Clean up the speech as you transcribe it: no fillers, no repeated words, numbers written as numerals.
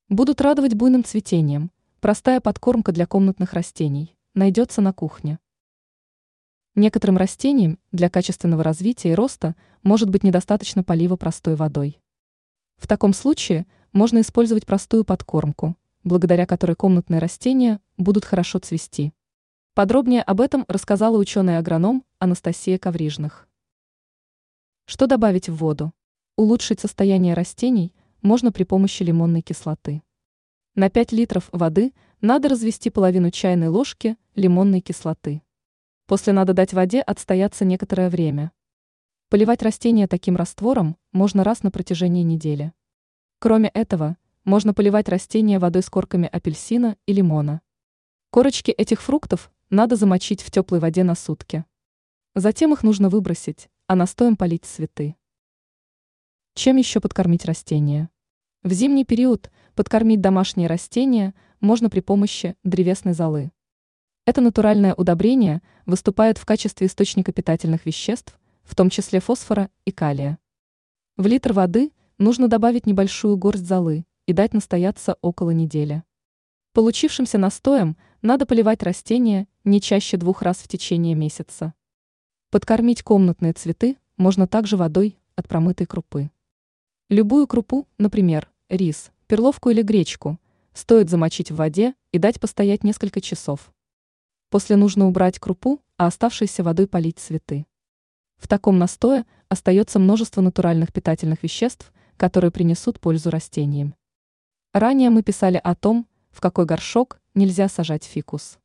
Будут радовать буйным цветением. Простая подкормка для комнатных растений найдется на кухне. Некоторым растениям для качественного развития и роста может быть недостаточно полива простой водой. В таком случае можно использовать простую подкормку, благодаря которой комнатные растения будут хорошо цвести. Подробнее об этом рассказала ученый-агроном Анастасия Коврижных. Что добавить в воду? Улучшить состояние растений можно при помощи лимонной кислоты. На 5 литров воды надо развести половину чайной ложки лимонной кислоты. После надо дать воде отстояться некоторое время. Поливать растения таким раствором можно раз на протяжении недели. Кроме этого, можно поливать растения водой с корками апельсина и лимона. Корочки этих фруктов надо замочить в теплой воде на сутки. Затем их нужно выбросить, а настоем полить цветы. Чем еще подкормить растения? В зимний период подкормить домашние растения можно при помощи древесной золы. Это натуральное удобрение выступает в качестве источника питательных веществ, в том числе фосфора и калия. В литр воды нужно добавить небольшую горсть золы и дать настояться около недели. Получившимся настоем надо поливать растения не чаще 2 раз в течение месяца. Подкормить комнатные цветы можно также водой от промытой крупы. Любую крупу, например, рис, перловку или гречку, стоит замочить в воде и дать постоять несколько часов. После нужно убрать крупу, а оставшейся водой полить цветы. В таком настое остается множество натуральных питательных веществ, которые принесут пользу растениям. Ранее мы писали о том, в какой горшок нельзя сажать фикус.